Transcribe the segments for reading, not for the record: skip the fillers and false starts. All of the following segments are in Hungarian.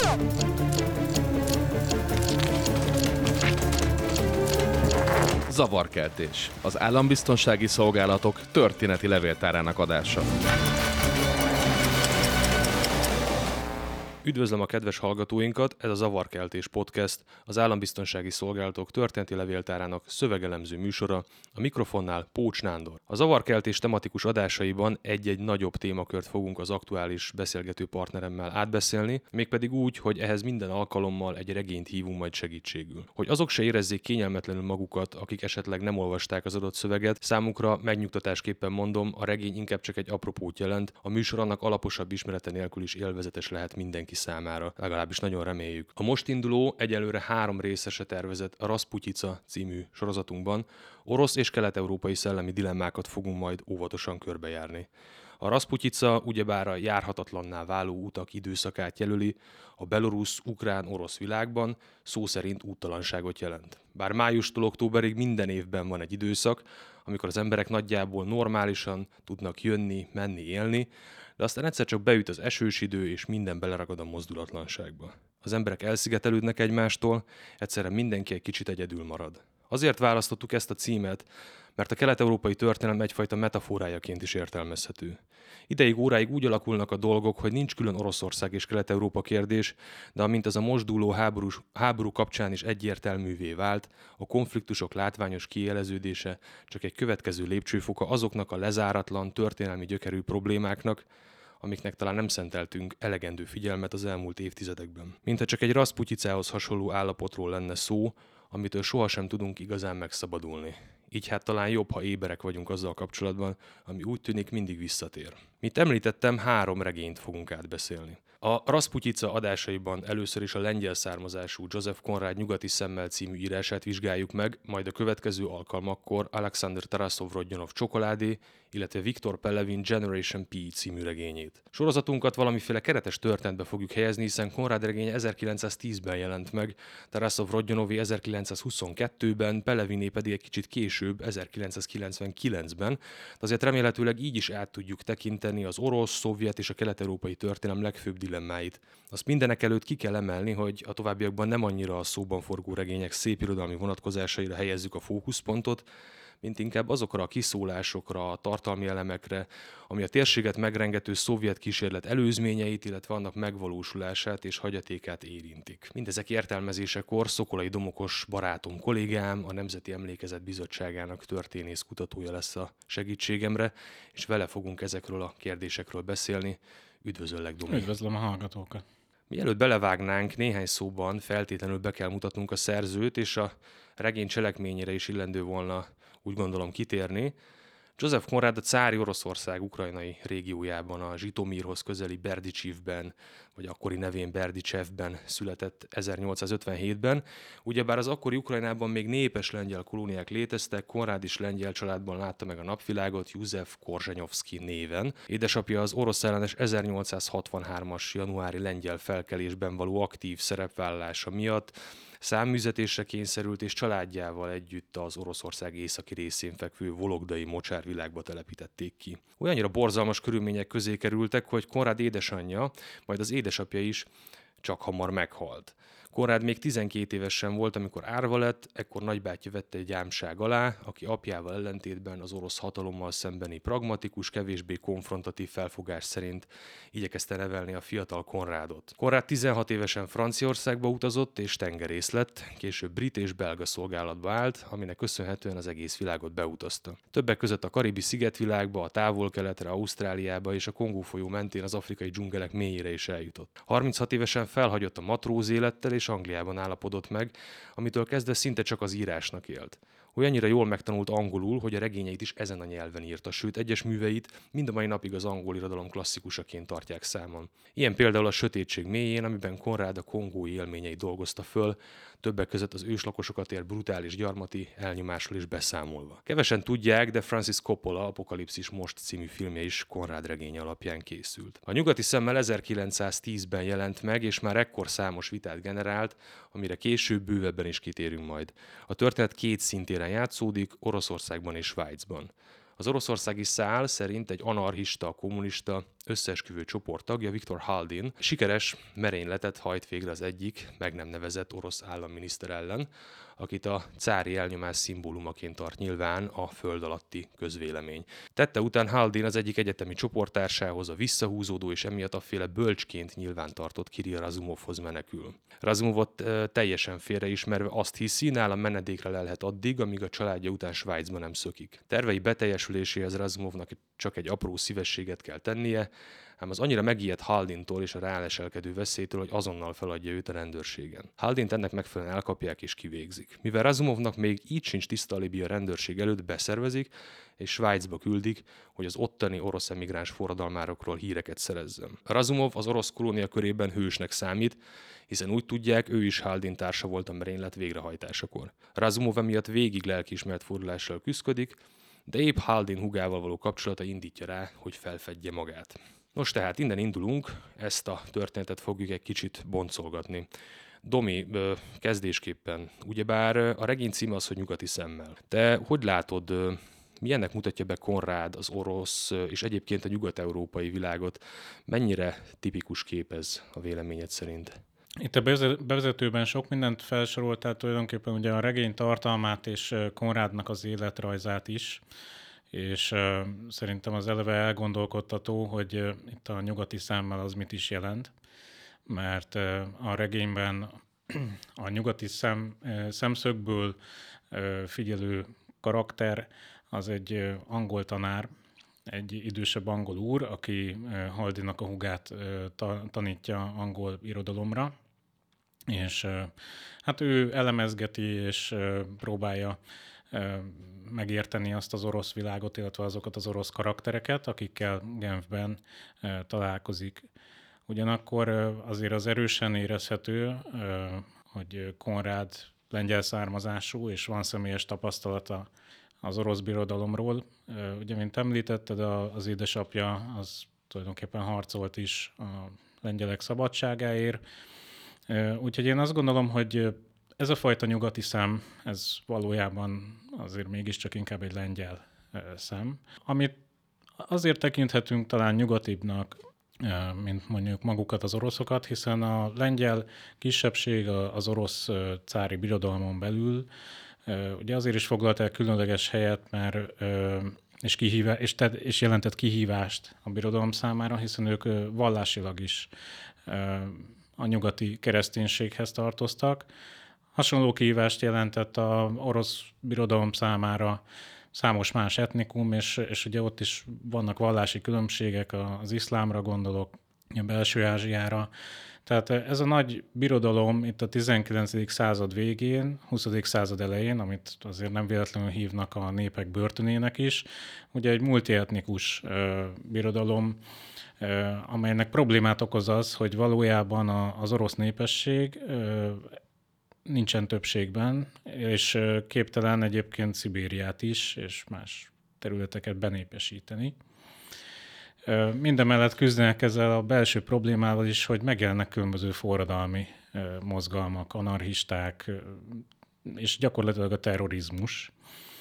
Zavarkeltés. Az állambiztonsági szolgálatok történeti levéltárának adása. Üdvözlöm a kedves hallgatóinkat, ez a Zavarkeltés podcast, az állambiztonsági szolgálatok történeti levéltárának szövegelemző műsora, a mikrofonnál Pócs Nándor. A Zavarkeltés tematikus adásaiban egy-egy nagyobb témakört fogunk az aktuális beszélgető partneremmel átbeszélni, mégpedig úgy, hogy ehhez minden alkalommal egy regényt hívunk majd segítségül. Hogy azok se érezzék kényelmetlenül magukat, akik esetleg nem olvasták az adott szöveget, számukra megnyugtatásképpen mondom, a regény inkább csak egy apropót jelent, a műsor annak alaposabb ismerete nélkül is élvezetes lehet mindenki számára, legalábbis nagyon reméljük. A most induló, egyelőre 3 részesre tervezett a Rasputyica című sorozatunkban orosz és kelet-európai szellemi dilemmákat fogunk majd óvatosan körbejárni. A Rasputyica ugyebár a járhatatlanná váló utak időszakát jelöli, a belorusz, ukrán, orosz világban szó szerint úttalanságot jelent. Bár májustól októberig minden évben van egy időszak, amikor az emberek nagyjából normálisan tudnak jönni, menni, élni, de aztán egyszer csak beüt az esős idő, és minden beleragad a mozdulatlanságba. Az emberek elszigetelődnek egymástól, egyszerre mindenki egy kicsit egyedül marad. Azért választottuk ezt a címet, mert a kelet-európai történelem egyfajta metaforájaként is értelmezhető. Ideig óráig úgy alakulnak a dolgok, hogy nincs külön Oroszország és Kelet-Európa kérdés, de amint az a most dúló háború kapcsán is egyértelművé vált, a konfliktusok látványos kiéleződése csak egy következő lépcsőfoka azoknak a lezáratlan, történelmi gyökerű problémáknak, amiknek talán nem szenteltünk elegendő figyelmet az elmúlt évtizedekben. Mintha csak egy Rasputyicához hasonló állapotról lenne szó, amitől sohasem tudunk igazán megszabadulni. Így hát talán jobb, ha éberek vagyunk azzal kapcsolatban, ami úgy tűnik mindig visszatér. Mint említettem, 3 regényt fogunk átbeszélni. A Rasputyica adásaiban először is a lengyel származású Joseph Conrad Nyugati szemmel című írását vizsgáljuk meg, majd a következő alkalmakkor Alexander Tarasov-Rodionov Csokoládé, illetve Viktor Pelevin Generation P című regényét. Sorozatunkat valamiféle keretes történetbe fogjuk helyezni, hiszen Conrad regénye 1910-ben jelent meg, Tarasov-Rodionovi 1922-ben, Peleviné pedig egy kicsit később, 1999-ben, de azért remélhetőleg így is át tudjuk tekinteni az orosz, szovjet és a kelet-európai történelem legfőbb dilemmáit. Azt mindenek előtt ki kell emelni, hogy a továbbiakban nem annyira a szóban forgó regények szépirodalmi vonatkozásaira helyezzük a fókuszpontot, mint inkább azokra a kiszólásokra, a tartalmi elemekre, ami a térséget megrengető szovjet kísérlet előzményeit, illetve annak megvalósulását és hagyatékát érintik. Mindezek értelmezésekor Szokolai Domokos barátom, kollégám, a Nemzeti Emlékezet Bizottságának történész kutatója lesz a segítségemre, és vele fogunk ezekről a kérdésekről beszélni. Üdvözöllek, Domi! Üdvözlöm a hallgatókat! Mielőtt belevágnánk, néhány szóban feltétlenül be kell mutatnunk a szerzőt, és a regény cselekményére is illendő volna, úgy gondolom, kitérni. Joseph Conrad a cári Oroszország ukrajnai régiójában, a Zsitomírhoz közeli Berdicsivben, vagy akkori nevén Berdicsevben született 1857-ben. Ugyebár az akkori Ukrajnában még népes lengyel kolóniák léteztek, Conrad is lengyel családban látta meg a napvilágot József Korzsenyovszky néven. Édesapja az orosz ellenes 1863-as januári lengyel felkelésben való aktív szerepvállalása miatt száműzetésre kényszerült, és családjával együtt az Oroszország északi részén fekvő vologdai mocsárvilágba telepítették ki. Olyannyira borzalmas körülmények közé kerültek, hogy Conrad édesanyja, majd az édesapja is csak hamar meghalt. Conrad még 12 évesen volt, amikor árva lett, ekkor nagybátyja vette egy álmság alá, aki apjával ellentétben az orosz hatalommal szembeni pragmatikus, kevésbé konfrontatív felfogás szerint igyekezte nevelni a fiatal Conradot. Conrad 16 évesen Franciaországba utazott és tengerész lett, később brit és belga szolgálatba állt, aminek köszönhetően az egész világot beutazta. Többek között a karibi szigetvilágba, a távol-keletre, Ausztráliába és a Kongó folyó mentén az afrikai dzsungelek mélyére is eljutott. 36 évesen felhagyott a matróz élettel és Angliában állapodott meg, amitől kezdve szinte csak az írásnak élt. Olyannyira jól megtanult angolul, hogy a regényeit is ezen a nyelven írta, sőt egyes műveit mind a mai napig az angol irodalom klasszikusaként tartják számon. Ilyen például a Sötétség mélyén, amiben Conrad a kongói élményeit dolgozta föl, többek között az őslakosokat ért brutális gyarmati elnyomásról is beszámolva. Kevesen tudják, de Francis Coppola Apokalipszis most című filmje is Conrad regénye alapján készült. A Nyugati szemmel 1910-ben jelent meg, és már ekkor számos vitát generált, amire később bővebben is kitérünk majd. A történet 2 szintéren játszódik, Oroszországban és Svájcban. Az oroszországi szál szerint egy anarchista, kommunista összeesküvő csoport tagja, Viktor Haldin sikeres merényletet hajt végre az egyik meg nem nevezett orosz államminiszter ellen, akit a cári elnyomás szimbólumaként tart nyilván a föld alatti közvélemény. Tette után Haldin az egyik egyetemi csoporttársához, a visszahúzódó és emiatt afféle bölcsként nyilvántartott Kirill Razumovhoz menekül. Razumovot teljesen félreismerve azt hiszi, nála menedékre lelhet addig, amíg a családja után Svájcba nem szökik. Tervei beteljesüléséhez Razumovnak csak egy apró szívességet kell tennie, ám az annyira megijedt Haldintól és a ráleselkedő veszélytől, hogy azonnal feladja őt a rendőrségen. Haldint ennek megfelelően elkapják és kivégzik. Mivel Razumovnak még így sincs tiszta alibi a rendőrség előtt, beszervezik, és Svájcba küldik, hogy az ottani orosz emigráns forradalmárokról híreket szerezzen. Razumov az orosz kolónia körében hősnek számít, hiszen úgy tudják, ő is Haldin társa volt a merénylet végrehajtásakor. Razumov emiatt végig lelkiismeret fordulással küszködik, de épp Haldin hugával való kapcsolata indítja rá, hogy felfedje magát. Nos, tehát innen indulunk, ezt a történetet fogjuk egy kicsit boncolgatni. Domi, kezdésképpen, ugyebár a regény címe az, hogy Nyugati szemmel. Te hogy látod, milyennek mutatja be Konrád az orosz és egyébként a nyugat-európai világot? Mennyire tipikus kép ez a véleményed szerint? Itt a bevezetőben sok mindent felsoroltál, tulajdonképpen ugye a regény tartalmát és Konrádnak az életrajzát is, és szerintem az eleve elgondolkodtató, hogy itt a nyugati szemmel az mit is jelent, mert a regényben a nyugati szemszögből figyelő karakter az egy angol tanár, egy idősebb angol úr, aki Haldinnak a hugát tanítja angol irodalomra, és hát ő elemezgeti és próbálja megérteni azt az orosz világot, illetve azokat az orosz karaktereket, akikkel Genfben találkozik. Ugyanakkor azért az erősen érezhető, hogy Konrád lengyel származású, és van személyes tapasztalata az orosz birodalomról. Ugye, mint említetted, az édesapja az tulajdonképpen harcolt is a lengyelek szabadságáért. Úgyhogy én azt gondolom, hogy ez a fajta nyugati szem, ez valójában azért mégiscsak inkább egy lengyel szem, amit azért tekinthetünk talán nyugatibbnak, mint mondjuk magukat az oroszokat, hiszen a lengyel kisebbség az orosz cári birodalmon belül ugye azért is foglalt el különleges helyet, mert és jelentett kihívást a birodalom számára, hiszen ők vallásilag is a nyugati kereszténységhez tartoztak. Hasonló kihívást jelentett az orosz birodalom számára számos más etnikum, és ugye ott is vannak vallási különbségek, az iszlámra gondolok, a Belső-Ázsiára. Tehát ez a nagy birodalom itt a 19. század végén, 20. század elején, amit azért nem véletlenül hívnak a népek börtönének is, ugye egy multietnikus birodalom, amelynek problémát okoz az, hogy valójában az orosz népesség nincsen többségben, és képtelen egyébként Szibériát is, és más területeket benépesíteni. Mindemellett küzdenek ezzel a belső problémával is, hogy megjelennek különböző forradalmi mozgalmak, anarchisták, és gyakorlatilag a terrorizmus.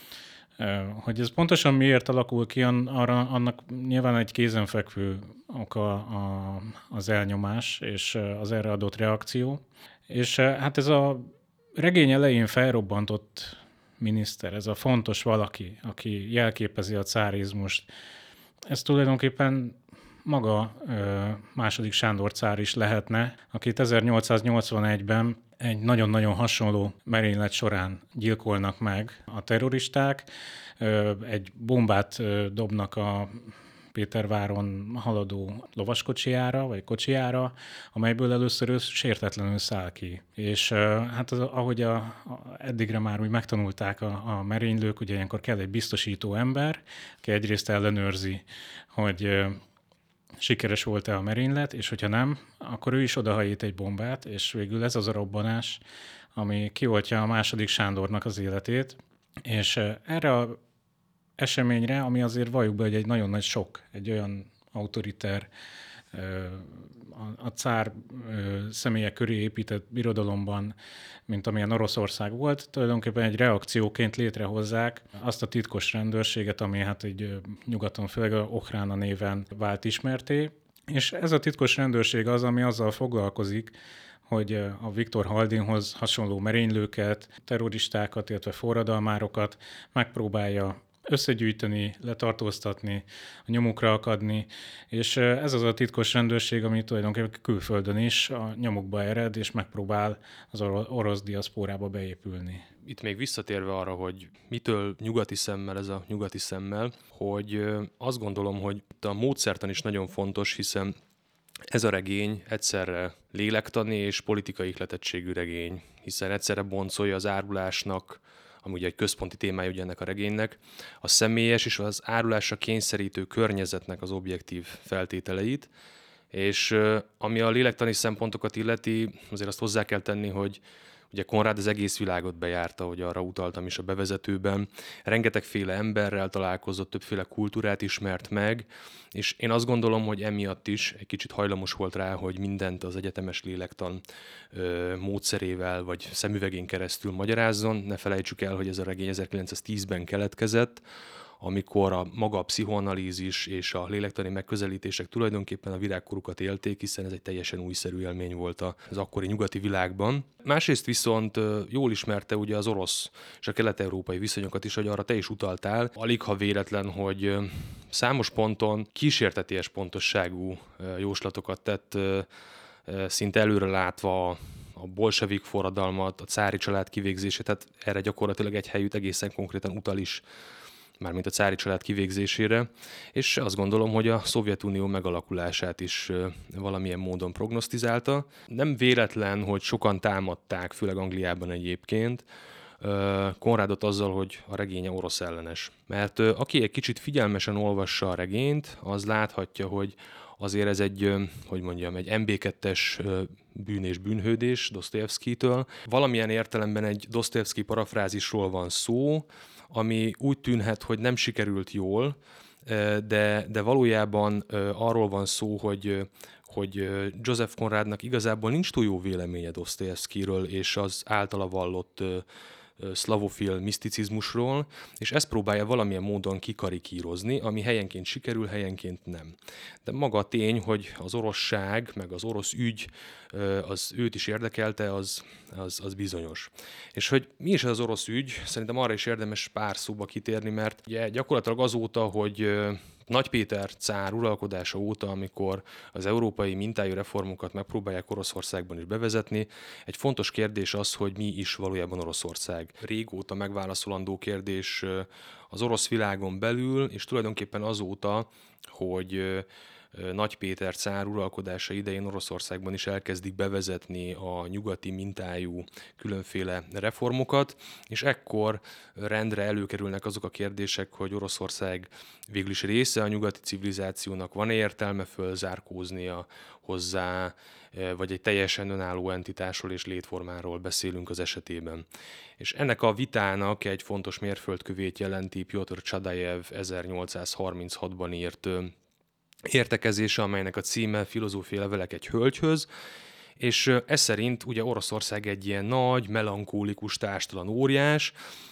Hogy ez pontosan miért alakul ki, annak nyilván egy kézenfekvő oka az elnyomás és az erre adott reakció. És hát ez a regény elején felrobbantott miniszter, ez a fontos valaki, aki jelképezi a cárizmust, ez tulajdonképpen maga II. Sándor cár is lehetne, akit 1881-ben egy nagyon-nagyon hasonló merénylet során gyilkolnak meg a terroristák. Egy bombát dobnak a Péterváron haladó lovaskocsijára, vagy kocsijára, amelyből először ő sértetlenül száll ki. És hát ahogy eddigre már úgy megtanulták a merénylők, ugye ilyenkor kell egy biztosító ember, aki egyrészt ellenőrzi, hogy sikeres volt-e a merénylet, és hogyha nem, akkor ő is odahajít egy bombát, és végül ez az a robbanás, ami kioltja a II. Sándornak az életét, és erre a eseményre, ami azért valljuk be, hogy egy nagyon nagy sok, egy olyan autoriter, a cár személyek köré épített birodalomban, mint amilyen Oroszország volt, tulajdonképpen egy reakcióként létrehozzák azt a titkos rendőrséget, ami hát egy nyugaton, főleg a Okhrana néven vált ismerté. És ez a titkos rendőrség az, ami azzal foglalkozik, hogy a Viktor Haldinhoz hasonló merénylőket, terroristákat, illetve forradalmárokat megpróbálja összegyűjteni, letartóztatni, a nyomukra akadni, és ez az a titkos rendőrség, ami tulajdonképpen külföldön is a nyomukba ered, és megpróbál az orosz diaszpórába beépülni. Itt még visszatérve arra, hogy mitől nyugati szemmel ez a nyugati szemmel, hogy azt gondolom, hogy a módszertan is nagyon fontos, hiszen ez a regény egyszerre lélektani és politikai ihletettségű regény, hiszen egyszerre boncolja az árulásnak, ami ugye egy központi témája ugye ennek a regénynek, a személyes és az árulásra kényszerítő környezetnek az objektív feltételeit, és ami a lélektani szempontokat illeti, azért azt hozzá kell tenni, hogy ugye Konrád az egész világot bejárta, hogy arra utaltam is a bevezetőben. Rengetegféle emberrel találkozott, többféle kultúrát ismert meg, és én azt gondolom, hogy emiatt is egy kicsit hajlamos volt rá, hogy mindent az egyetemes lélektan módszerével vagy szemüvegén keresztül magyarázzon. Ne felejtsük el, hogy ez a regény 1910-ben keletkezett, amikor a maga a pszichoanalízis és a lélektani megközelítések tulajdonképpen a virágkorukat élték, hiszen ez egy teljesen újszerű élmény volt az akkori nyugati világban. Másrészt viszont jól ismerte ugye az orosz és a kelet-európai viszonyokat is, hogy arra te is utaltál. Alig ha véletlen, hogy számos ponton kísérteties pontosságú jóslatokat tett, szinte előre látva a bolsevik forradalmat, a cári család kivégzését, tehát erre gyakorlatilag egy helyütt egészen konkrétan utal is, mármint a cári család kivégzésére, és azt gondolom, hogy a Szovjetunió megalakulását is valamilyen módon prognosztizálta. Nem véletlen, hogy sokan támadták, főleg Angliában egyébként, Konrádot azzal, hogy a regénye orosz ellenes. Mert aki egy kicsit figyelmesen olvassa a regényt, az láthatja, hogy azért ez egy MB2-es bűn és bűnhődés Dosztojevszkijtől. Valamilyen értelemben egy Dosztojevszkij parafrázisról van szó, ami úgy tűnhet, hogy nem sikerült jól, de valójában arról van szó, hogy Joseph Conradnak igazából nincs túl jó véleménye Dosztojevszkijről és az általa vallott szlavofil miszticizmusról, és ezt próbálja valamilyen módon kikarikírozni, ami helyenként sikerül, helyenként nem. De maga a tény, hogy az oroszság, meg az orosz ügy, az őt is érdekelte, az bizonyos. És hogy mi is az orosz ügy, szerintem arra is érdemes pár szóba kitérni, mert ugye gyakorlatilag azóta, hogy Nagy Péter cár uralkodása óta, amikor az európai mintájú reformokat megpróbálják Oroszországban is bevezetni, egy fontos kérdés az, hogy mi is valójában Oroszország. Régóta megválaszolandó kérdés az orosz világon belül, és tulajdonképpen azóta, hogy Nagy Péter cár uralkodása idején Oroszországban is elkezdik bevezetni a nyugati mintájú különféle reformokat, és ekkor rendre előkerülnek azok a kérdések, hogy Oroszország végül is része a nyugati civilizációnak, van-e értelme fölzárkóznia hozzá, vagy egy teljesen önálló entitásról és létformáról beszélünk az esetében. És ennek a vitának egy fontos mérföldkövét jelenti Pjotr Csadajev 1836-ban írt értekezése, amelynek a címe Filozófiai levelek egy hölgyhöz, és ez szerint ugye Oroszország egy ilyen nagy, melankólikus társtalan óriás,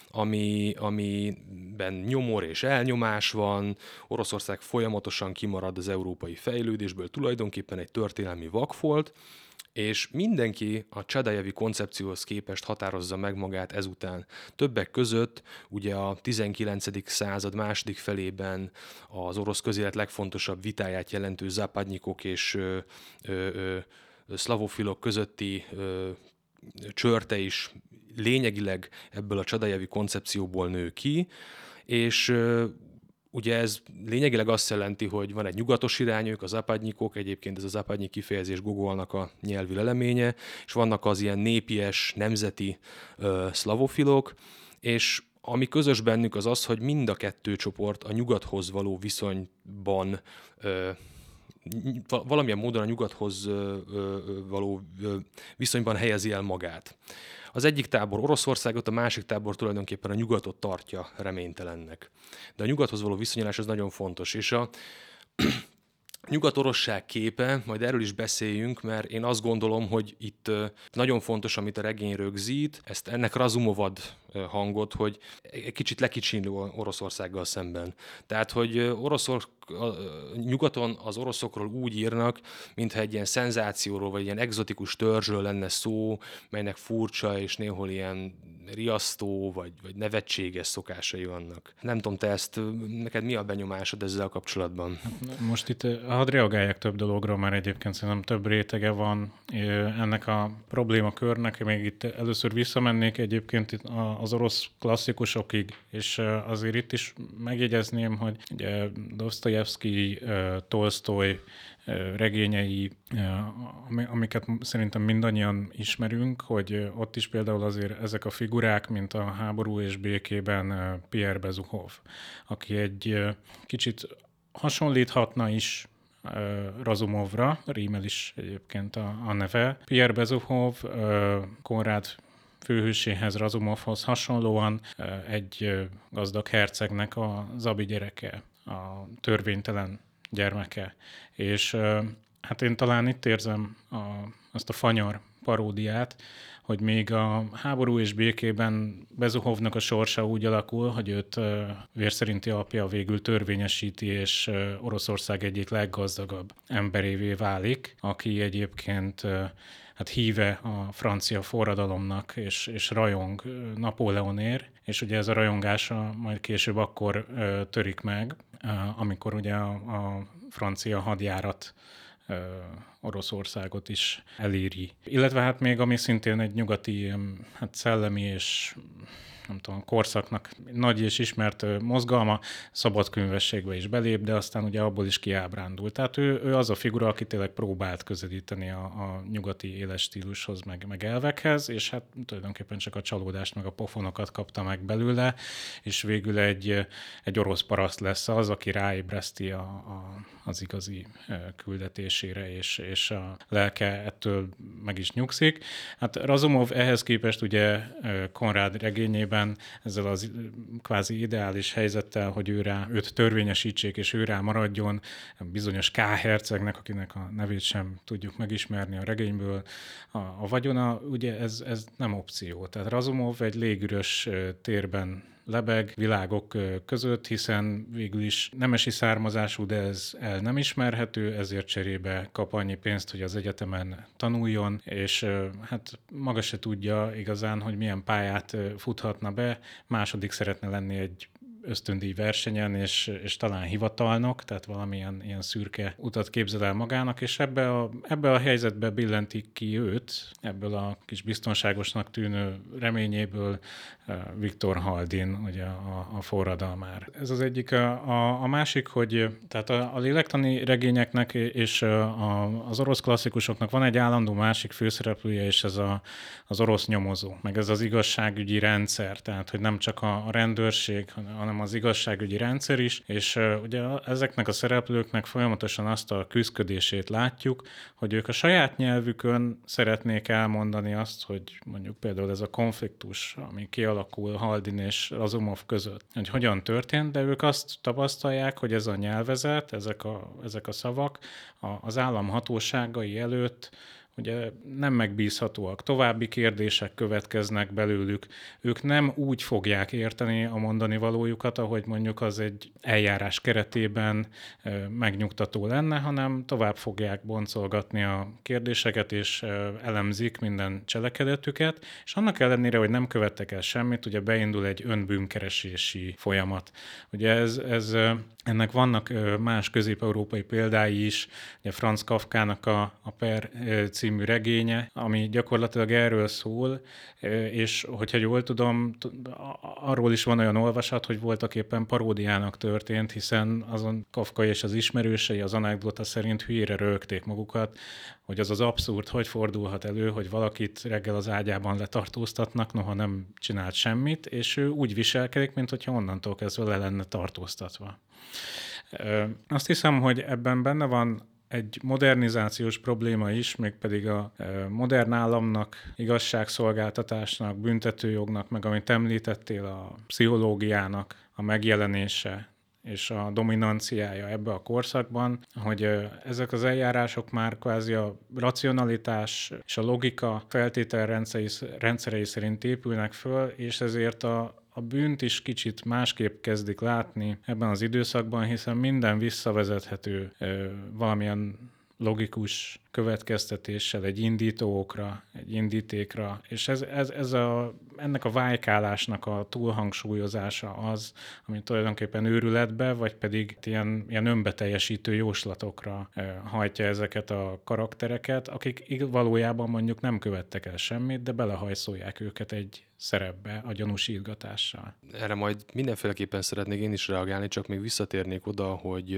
amiben nyomor és elnyomás van, Oroszország folyamatosan kimarad az európai fejlődésből, tulajdonképpen egy történelmi vakfolt, és mindenki a Csadajevi koncepcióhoz képest határozza meg magát ezután. Többek között ugye a 19. század második felében az orosz közélet legfontosabb vitáját jelentő západnyikok és szlavofilok közötti csörte is lényegileg ebből a Csadajevi koncepcióból nő ki, és ugye ez lényegileg azt jelenti, hogy van egy nyugatos irányú, a západnyikok, egyébként ez a západnyik kifejezés Gogolnak a nyelvi leleménye, és vannak az ilyen népies, nemzeti szlavofilok, és ami közös bennük az az, hogy mind a kettő csoport a nyugathoz való viszonyban valamilyen módon a nyugathoz való viszonyban helyezi el magát. Az egyik tábor Oroszországot, a másik tábor tulajdonképpen a nyugatot tartja reménytelennek. De a nyugathoz való viszonyulás az nagyon fontos, és nyugatorosság képe, majd erről is beszéljünk, mert én azt gondolom, hogy itt nagyon fontos, amit a regény rögzít, ennek Razumovad hangot, hogy egy kicsit lekicsinlő Oroszországgal szemben. Tehát, hogy nyugaton az oroszokról úgy írnak, mintha egy ilyen szenzációról, vagy ilyen egzotikus törzsről lenne szó, melynek furcsa és néhol ilyen riasztó, vagy nevetséges szokásai vannak. Nem tudom, neked mi a benyomásod ezzel kapcsolatban? Most itt hadd reagáljak több dologra, mert egyébként szerintem több rétege van ennek a problémakörnek. Még itt először visszamennék egyébként itt az orosz klasszikusokig, és azért itt is megjegyezném, hogy ugye Dosztojevszkij, Tolsztoj regényei, amiket szerintem mindannyian ismerünk, hogy ott is például azért ezek a figurák, mint a Háború és békében Pierre Bezukhov, aki egy kicsit hasonlíthatna is Razumovra, rímel is egyébként a neve. Pierre Bezukhov, Konrád főhőséhez, Razumovhoz hasonlóan egy gazdag hercegnek a zabi gyereke, a törvénytelen gyermeke. És hát én talán itt érzem azt a fanyar paródiát, hogy még a Háború és békében Bezuhovnak a sorsa úgy alakul, hogy őt vérszerinti apja végül törvényesíti, és Oroszország egyik leggazdagabb emberévé válik, aki egyébként hát híve a francia forradalomnak, és rajong Napóleonért, és ugye ez a rajongása majd később akkor törik meg, amikor ugye a francia hadjárat Oroszországot is eléri. Illetve hát még ami szintén egy nyugati hát szellemi és nem tudom, korszaknak nagy és ismert mozgalma, szabadkönyvességbe is belép, de aztán ugye abból is kiábrándult. Tehát ő az a figura, aki tényleg próbált közelíteni a nyugati éles stílushoz, meg elvekhez, és hát tulajdonképpen csak a csalódást, meg a pofonokat kapta meg belőle, és végül egy orosz paraszt lesz az, aki ráébreszti az igazi küldetésére, és a lelke ettől meg is nyugszik. Hát Razumov ehhez képest ugye Konrád regényében ezzel az kvázi ideális helyzettel, hogy őt törvényesítsék, és ő rá maradjon, bizonyos K. hercegnek, akinek a nevét sem tudjuk megismerni a regényből, a vagyona, ugye ez nem opció. Tehát Razumov egy légüres térben lebeg világok között, hiszen végül is nemesi származású, de ez el nem ismerhető, ezért cserébe kap annyi pénzt, hogy az egyetemen tanuljon, és hát maga se tudja igazán, hogy milyen pályát futhatna be, második szeretne lenni egy ösztöndíj versenyen, és talán hivatalnok, tehát valamilyen ilyen szürke utat képzel el magának, és ebbe a helyzetbe billentik ki őt, ebből a kis biztonságosnak tűnő reményéből Viktor Haldin, ugye a forradalmár. Ez az egyik. A másik, hogy tehát a lélektani regényeknek és az orosz klasszikusoknak van egy állandó másik főszereplője, és ez az orosz nyomozó, meg ez az igazságügyi rendszer, tehát hogy nem csak a rendőrség, hanem az igazságügyi rendszer is, és ugye ezeknek a szereplőknek folyamatosan azt a küszködését látjuk, hogy ők a saját nyelvükön szeretnék elmondani azt, hogy mondjuk például ez a konfliktus, ami kialakul Haldin és Razumov között, hogy hogyan történt, de ők azt tapasztalják, hogy ez a nyelvezet, ezek a szavak az állam hatóságai előtt ugye nem megbízhatóak. További kérdések következnek belőlük. Ők nem úgy fogják érteni a mondani valójukat, ahogy mondjuk az egy eljárás keretében megnyugtató lenne, hanem tovább fogják boncolgatni a kérdéseket, és elemzik minden cselekedetüket, és annak ellenére, hogy nem követtek el semmit, ugye beindul egy önbűnkeresési folyamat. Ugye ennek vannak más közép-európai példái is, ugye Franz Kafkának a Per című regénye, ami gyakorlatilag erről szól, és hogyha jól tudom, arról is van olyan olvasat, hogy voltak éppen paródiának történt, hiszen azon Kafka és az ismerősei az anekdota szerint hülyére röhögték magukat, hogy az abszurd, hogy fordulhat elő, hogy valakit reggel az ágyában letartóztatnak, noha nem csinált semmit, és ő úgy viselkedik, mintha onnantól kezdve le lenne tartóztatva. Azt hiszem, hogy ebben benne van egy modernizációs probléma is, mégpedig a modern államnak, igazságszolgáltatásnak, büntetőjognak, meg amit említettél, a pszichológiának a megjelenése. és a dominanciája ebbe a korszakban, hogy ezek az eljárások már kvázi a racionalitás és a logika feltételrendszerei szerint épülnek föl, és ezért a bűnt is kicsit másképp kezdik látni ebben az időszakban, hiszen minden visszavezethető valamilyen logikus következtetéssel egy indítóokra, egy indítékra, és ennek a vájkálásnak a túlhangsúlyozása az, ami tulajdonképpen őrületbe, vagy pedig ilyen önbeteljesítő jóslatokra hajtja ezeket a karaktereket, akik valójában mondjuk nem követtek el semmit, de belehajszolják őket egy szerepbe a gyanúsítgatással. Erre majd mindenféleképpen szeretnék én is reagálni, csak még visszatérnék oda, hogy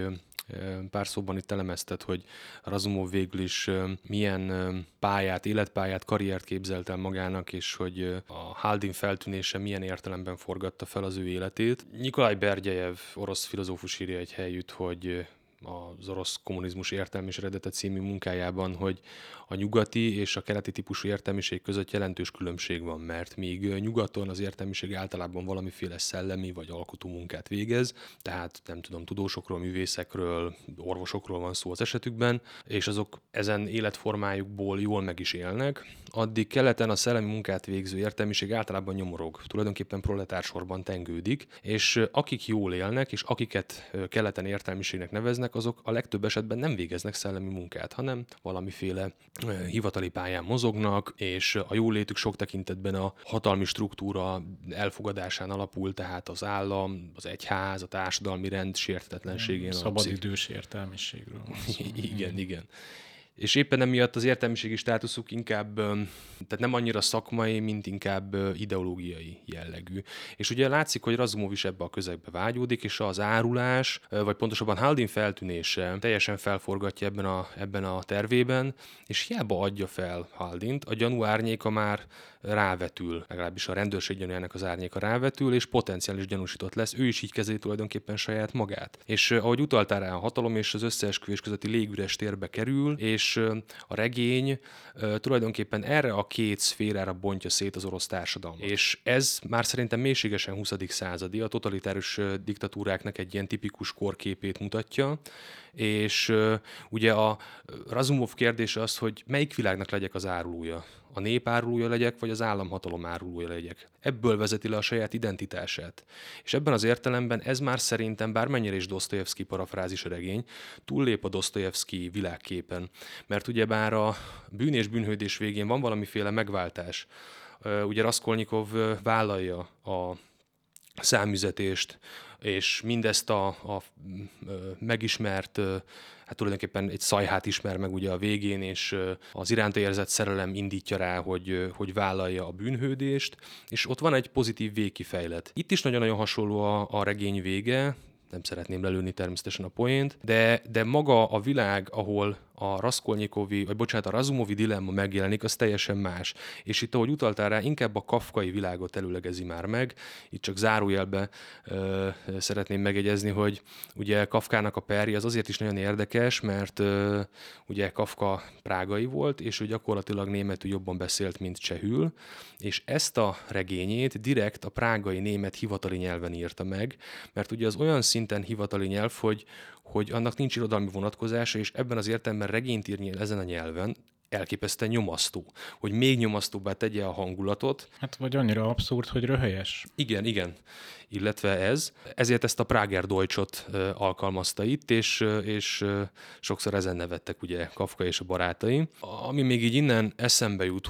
pár szóban itt elemezted, hogy Razumov végül is milyen életpályát, karriert képzelt el magának, és hogy a Haldin feltűnése milyen értelemben forgatta fel az ő életét. Nikolaj Berdjejev, orosz filozófus írja egy helyütt, hogy az orosz kommunizmus értelmi és eredete című munkájában, hogy a nyugati és a keleti típusú értelmiség között jelentős különbség van, mert míg nyugaton az értelmiség általában valamiféle szellemi vagy alkotó munkát végez, tehát nem tudom, tudósokról, művészekről, orvosokról van szó az esetükben, és azok ezen életformájukból jól meg is élnek, addig keleten a szellemi munkát végző értelmiség általában nyomorog, tulajdonképpen proletársorban tengődik, és akik jól élnek, és akiket keleten értelmiségnek neveznek, azok a legtöbb esetben nem végeznek szellemi munkát, hanem valamiféle hivatali pályán mozognak, és a jólétük sok tekintetben a hatalmi struktúra elfogadásán alapul, tehát az állam, az egyház, a társadalmi rend sérthetetlenségén. Szabadidős értelmiségről. Igen. És éppen emiatt az értelmiségi státuszuk inkább, tehát nem annyira szakmai, mint inkább ideológiai jellegű. És ugye látszik, hogy Razumov is ebbe a közegbe vágyódik, és az árulás, vagy pontosabban Haldin feltűnése teljesen felforgatja ebben a tervében, és hiába adja fel Haldint, a gyanú árnyéka már rávetül, legalábbis a rendőrség gyanújának az árnyéka rávetül, és potenciális gyanúsított lesz. Ő is így kezeli tulajdonképpen saját magát. És ahogy utaltál rá, a hatalom és az összeesküvés közötti légüres térbe kerül, és a regény tulajdonképpen erre a két szférára bontja szét az orosz társadalmat. És ez már szerintem mélységesen 20. századi, a totalitárius diktatúráknak egy ilyen tipikus korképét mutatja, és ugye a Razumov kérdése az, hogy melyik világnak legyek az árulója. A nép árulója legyek, vagy az államhatalom árulója legyek. Ebből vezeti le a saját identitását. És ebben az értelemben ez már szerintem, bármennyire is Dosztojevszki parafrázis a regény, túllép a Dosztojevszki világképen. Mert ugyebár a bűn és bűnhődés végén van valamiféle megváltás. Ugye Raskolnikov vállalja a számüzetést, és mindezt a megismert, hát tulajdonképpen egy szajhát ismer meg ugye a végén, és az iránta érzett szerelem indítja rá, hogy vállalja a bűnhődést, és ott van egy pozitív végkifejlet. Itt is nagyon-nagyon hasonló a regény vége, nem szeretném lelőni természetesen a poént, de maga a világ, ahol a a Razumovi dilemma megjelenik, az teljesen más. És itt, ahogy utaltál rá, inkább a kafkai világot előlegezi már meg. Itt csak zárójelbe szeretném megjegyezni, hogy ugye Kafkának a perje az azért is nagyon érdekes, mert ugye Kafka prágai volt, és ő gyakorlatilag németül jobban beszélt, mint csehül, és ezt a regényét direkt a prágai német hivatali nyelven írta meg, mert ugye az olyan szinten hivatali nyelv, hogy annak nincs irodalmi vonatkozása, és ebben az értelemben regényt írni ezen a nyelven elképesztően nyomasztó, hogy még nyomasztóbbá tegye a hangulatot. Hát vagy annyira abszurd, hogy röhelyes. Igen. Illetve ezért ezt a Prager Deutschot alkalmazta itt, és sokszor ezen nevettek ugye Kafka és a barátai. Ami még így innen eszembe jut,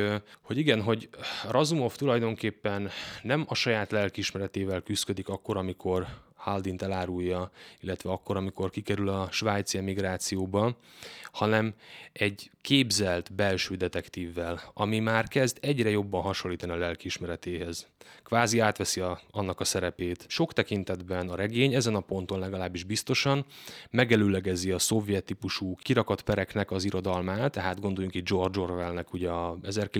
hogy Razumov tulajdonképpen nem a saját lelkiismeretével küszködik akkor, amikor Haldint elárulja, illetve akkor, amikor kikerül a svájci emigrációba, hanem egy képzelt belső detektívvel, ami már kezd egyre jobban hasonlítani a lelkiismeretéhez. Kvázi átveszi annak a szerepét. Sok tekintetben a regény ezen a ponton legalábbis biztosan megelőlegezi a szovjet típusú kirakat pereknek az irodalmát, tehát gondoljunk itt George Orwellnek ugye a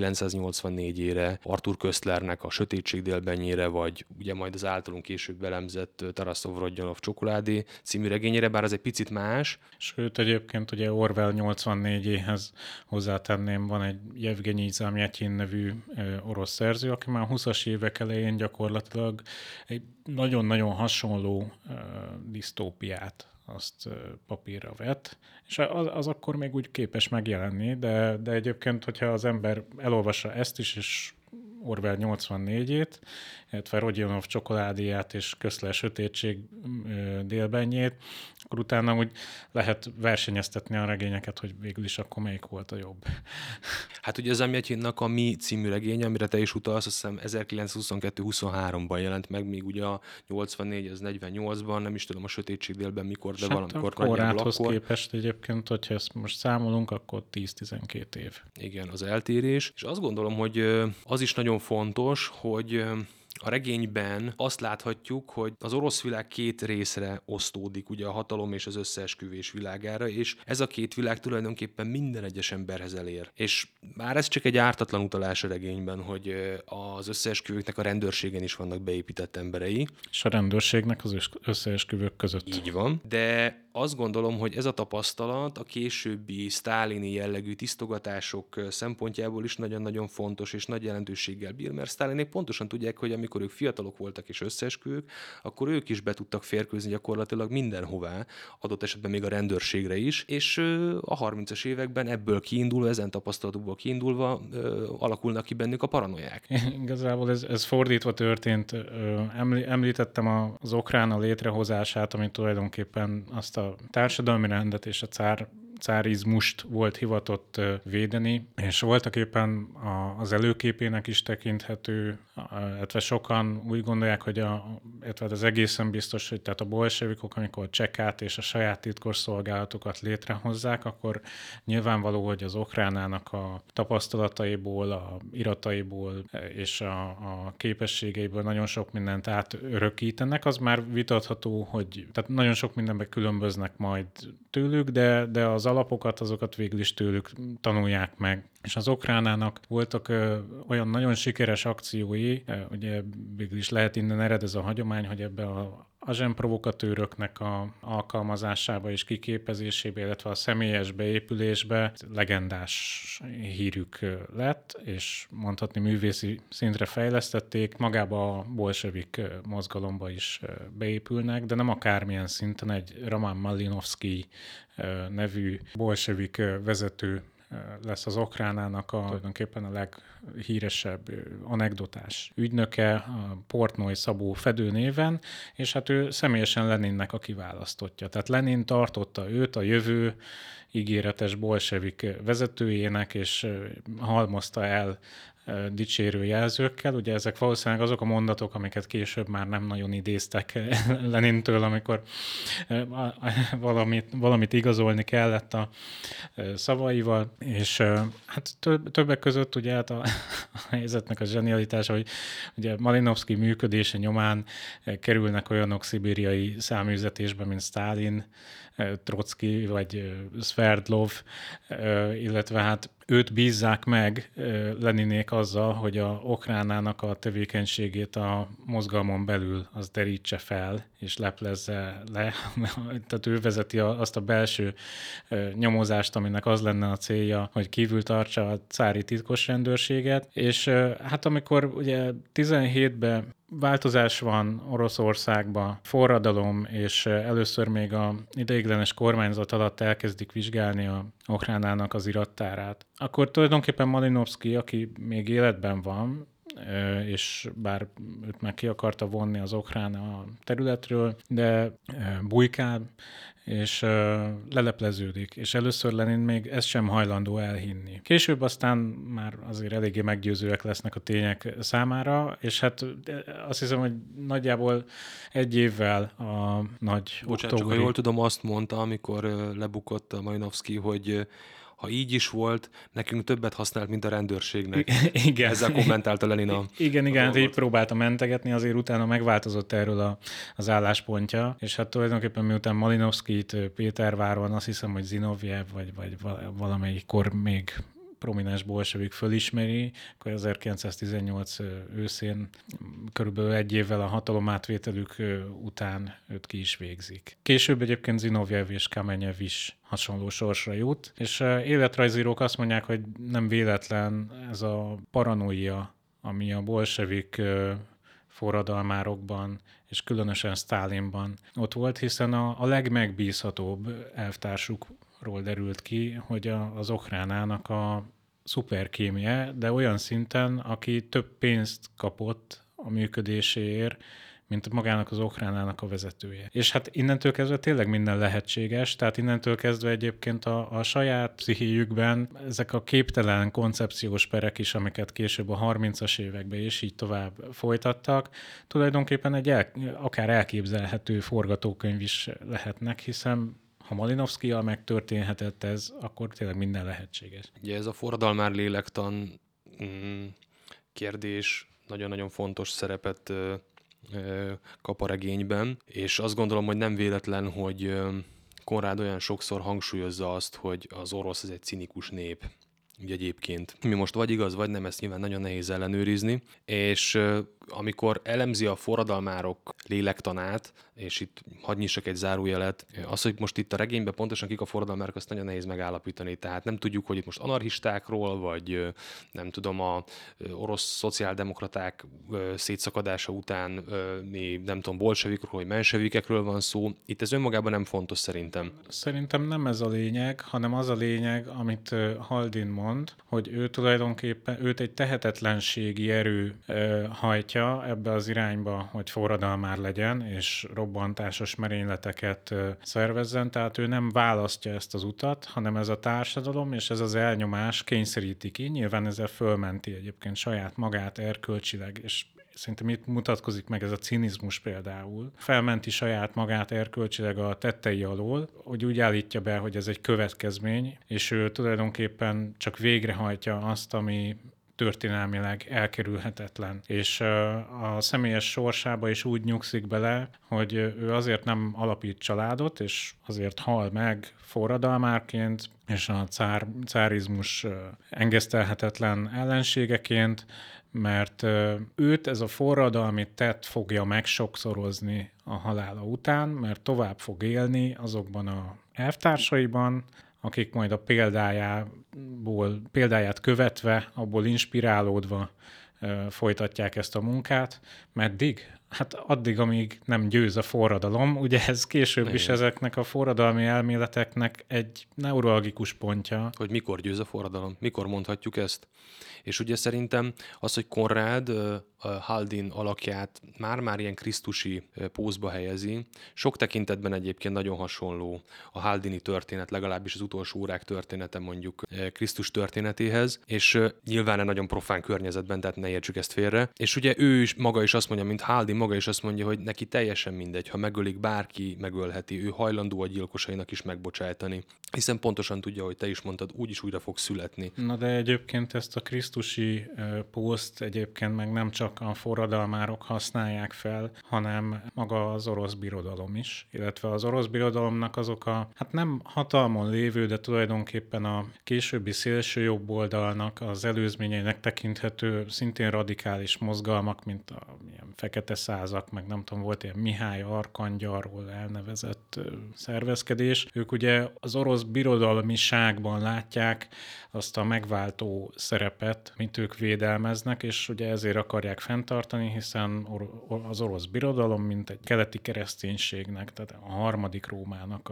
1984-ére, Arthur Köstlernek a Sötétség délbennyére, vagy ugye majd az általunk később belemzett Tarasov Rodionov Csokoládé című regényére, bár ez egy picit más. Sőt, egyébként ugye Orwell 84-éhez hozzátenném, van egy Jevgenyi Zamjatin nevű orosz szerző, aki már 20-as évek elején gyakorlatilag egy nagyon-nagyon hasonló disztópiát azt papírra vett, és az akkor még úgy képes megjelenni, de egyébként, hogyha az ember elolvassa ezt is, és Orwell 84-ét, illetve Rodionov csokoládéját és Köszler sötétség délbennyét, akkor utána úgy lehet versenyeztetni a regényeket, hogy végül is akkor melyik volt a jobb. Hát ugye az Zamjatinnak a Mi című regénye, amire te is utalsz, azt hiszem 1922-23-ban jelent meg, míg ugye a 84, az 48-ban, nem is tudom a sötétség délben mikor, de valamikor a koráthoz képest egyébként, hogyha ezt most számolunk, akkor 10-12 év. Igen, az eltérés. És azt gondolom, hogy az is nagyon fontos, hogy a regényben azt láthatjuk, hogy az orosz világ két részre osztódik, ugye a hatalom és az összeesküvés világára, és ez a két világ tulajdonképpen minden egyes emberhez elér. És már ez csak egy ártatlan utalás a regényben, hogy az összeesküvőknek a rendőrségen is vannak beépített emberei. És a rendőrségnek az összeesküvők között. Így van, de azt gondolom, hogy ez a tapasztalat a későbbi sztálini jellegű tisztogatások szempontjából is nagyon-nagyon fontos és nagy jelentőséggel bír, mert sztálinék pontosan tudják, hogy amikor ők fiatalok voltak és összeesküvők, akkor ők is be tudtak férkőzni gyakorlatilag mindenhová, adott esetben még a rendőrségre is, és a 30-as években ebből kiindulva, ezen tapasztalatokból kiindulva alakulnak ki bennük a paranoiák. Igazából ez fordítva történt. Említettem az Okrána létrehozását, ami tulajdonképpen azt a társadalmi rendet és a cárizmust volt hivatott védeni, és voltak éppen az előképének is tekinthető, illetve sokan úgy gondolják, hogy az egészen biztos, hogy tehát a bolsevikok, amikor a Csekát és a saját titkosszolgálatokat létrehozzák, akkor nyilvánvaló, hogy az Okránának a tapasztalataiból, a irataiból és a képességeiből nagyon sok mindent átörökítenek. Az már vitatható, hogy tehát nagyon sok mindenben különböznek majd tőlük, de az alapokat, azokat végül is tőlük tanulják meg. És az Okránának voltak olyan nagyon sikeres akciói, ugye végül is lehet innen ered ez a hagyomány, hogy ebbe a agentprovokatőröknek a alkalmazásába és kiképezésébe, illetve a személyes beépülésbe legendás hírük lett, és mondhatni művészi szintre fejlesztették, magába a bolsevik mozgalomba is beépülnek, de nem akármilyen szinten, egy Roman Malinovszky nevű bolsevik vezető lesz az Okránának tulajdonképpen a leghíresebb anekdotás ügynöke, a Portnoy Szabó Fedő néven, és hát ő személyesen Leninnek a kiválasztottja. Tehát Lenin tartotta őt a jövő ígéretes bolsevik vezetőjének, és halmozta el dicsérő jelzőkkel. Ugye ezek valószínűleg azok a mondatok, amiket később már nem nagyon idéztek Lenintől, amikor valamit igazolni kellett a szavaival, és hát többek között ugye hát a helyzetnek a zsenialitása, hogy ugye Malinovszky működése nyomán kerülnek olyanok szibériai száműzetésbe, mint Sztálin, Trocki vagy Szverdlov, illetve hát őt bízzák meg Leninék azzal, hogy a Okránának a tevékenységét a mozgalmon belül az derítse fel, és leplezze le. Tehát ő vezeti azt a belső nyomozást, aminek az lenne a célja, hogy kívül tartsa a cári titkos rendőrséget. És hát amikor ugye 17-ben változás van Oroszországban, forradalom, és először még a ideiglenes kormányzat alatt elkezdik vizsgálni a Okránának az irattárát, akkor tulajdonképpen Malinovszky, aki még életben van, és bár őt meg ki akarta vonni az Okrána a területről, de bujkál, és lelepleződik, és először Lenin még ezt sem hajlandó elhinni. Később aztán már azért eléggé meggyőzőek lesznek a tények számára, és hát azt hiszem, hogy nagyjából egy évvel a nagy Bocsánat, csak ha jól tudom, azt mondta, amikor lebukott a Malinovszky, hogy ha így is volt, nekünk többet használt, mint a rendőrségnek. Igen. Ezzel kommentálta Lenin a Igen, hát így próbálta mentegetni, azért utána megváltozott erről az álláspontja, és hát tulajdonképpen miután Malinovszkyt Péterváron, azt hiszem, hogy Zinovjev, vagy valamelyik kor még prominens bolsevik fölismeri, akkor 1918 őszén körülbelül egy évvel a hatalomátvételük után őt ki is végzik. Később egyébként Zinovjev és Kamenyev is hasonló sorsra jut, és életrajzírók azt mondják, hogy nem véletlen ez a paranoia, ami a bolsevik forradalmárokban, és különösen Sztálinban ott volt, hiszen a legmegbízhatóbb elvtársukról derült ki, hogy az Okránának a szuperkémie, de olyan szinten, aki több pénzt kapott a működéséért, mint magának az Okránának a vezetője. És hát innentől kezdve tényleg minden lehetséges, tehát innentől kezdve egyébként a saját pszichéjükben ezek a képtelen koncepciós perek is, amiket később a 30-as években és így tovább folytattak, tulajdonképpen akár elképzelhető forgatókönyv is lehetnek, hiszen ha Malinovszkijjal megtörténhetett ez, akkor tényleg minden lehetséges. Ugye ez a forradalmár lélektan kérdés nagyon-nagyon fontos szerepet kap a regényben, és azt gondolom, hogy nem véletlen, hogy Konrád olyan sokszor hangsúlyozza azt, hogy az orosz ez egy cinikus nép. Ugye egyébként. Mi most vagy igaz, vagy nem, ezt nyilván nagyon nehéz ellenőrizni, és amikor elemzi a forradalmárok lélektanát, és itt hadd nyissak egy zárójelet, az, hogy most itt a regényben pontosan kik a forradalmárok, azt nagyon nehéz megállapítani. Tehát nem tudjuk, hogy itt most anarchistákról, vagy nem tudom, a orosz szociáldemokraták szétszakadása után nem tudom, bolsevikről, vagy mensevikekről van szó. Itt ez önmagában nem fontos szerintem. Szerintem nem ez a lényeg, hanem az a lényeg, amit Haldin mond, hogy ő tulajdonképpen őt egy tehetetlenségi erő hajtja ebbe az irányba, hogy forradalmár legyen, és robbantásos merényleteket szervezzen, tehát ő nem választja ezt az utat, hanem ez a társadalom és ez az elnyomás kényszeríti ki. Nyilván ezzel fölmenti egyébként saját magát erkölcsileg, és szerintem itt mutatkozik meg ez a cinizmus például. Felmenti saját magát erkölcsileg a tettei alól, hogy úgy állítja be, hogy ez egy következmény, és ő tulajdonképpen csak végrehajtja azt, ami történelmileg elkerülhetetlen. És a személyes sorsába is úgy nyugszik bele, hogy ő azért nem alapít családot, és azért hal meg forradalmárként, és a cárizmus engesztelhetetlen ellenségeként, mert őt ez a forradalmi tett fogja megsokszorozni a halála után, mert tovább fog élni azokban a elvtársaiban, akik majd a példáját követve, abból inspirálódva folytatják ezt a munkát. Meddig? Hát addig, amíg nem győz a forradalom. Ugye ez később is ezeknek a forradalmi elméleteknek egy neuralgikus pontja. Hogy mikor győz a forradalom? Mikor mondhatjuk ezt? És ugye szerintem az, hogy Konrád Haldin alakját már ilyen krisztusi pózba helyezi, sok tekintetben egyébként nagyon hasonló a haldini történet, legalábbis az utolsó órák története mondjuk Krisztus történetéhez, és nyilván egy nagyon profán környezetben, tehát ne értsük ezt félre. És ugye ő is maga is azt mondja, mint Haldin maga is azt mondja, hogy neki teljesen mindegy, ha megölik, bárki megölheti, ő hajlandó a gyilkosainak is megbocsájtani. Hiszen pontosan tudja, hogy te is mondtad, úgyis újra fog születni. Na de egyébként ezt a krisztusi pószt egyébként meg nem csak a forradalmárok használják fel, hanem maga az orosz birodalom is, illetve az orosz birodalomnak azok a, hát nem hatalmon lévő, de tulajdonképpen a későbbi szélső jobb oldalnak az előzményeinek tekinthető szintén radikális mozgalmak, mint a ilyen fekete százak, meg nem tudom, volt ilyen Mihály Arkangyalról elnevezett szervezkedés. Ők ugye az orosz birodalmiságban látják azt a megváltó szerepet, mint ők védelmeznek, és ugye ezért akarják fenntartani, hiszen az orosz birodalom, mint egy keleti kereszténységnek, tehát a harmadik Rómának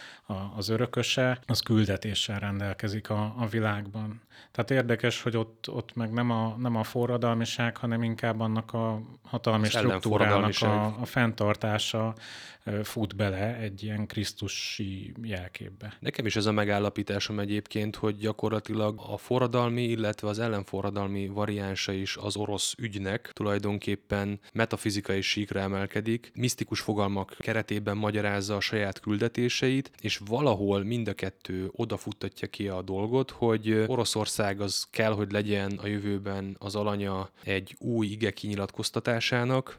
az örököse, az küldetéssel rendelkezik a világban. Tehát érdekes, hogy ott meg nem a forradalmiság, hanem inkább annak a hatalmi struktúrának a fenntartása fut bele egy ilyen krisztusi jelképbe. Nekem is ez a megállapításom egyébként, hogy gyakorlatilag a forradalmi, illetve az ellenforradalmi variánsa is az orosz ügynek tulajdonképpen metafizikai síkra emelkedik, misztikus fogalmak keretében magyarázza a saját küldetéseit, és valahol mind a kettő odafuttatja ki a dolgot, hogy Oroszország az kell, hogy legyen a jövőben az alanya egy új ige kinyilatkoztatásának,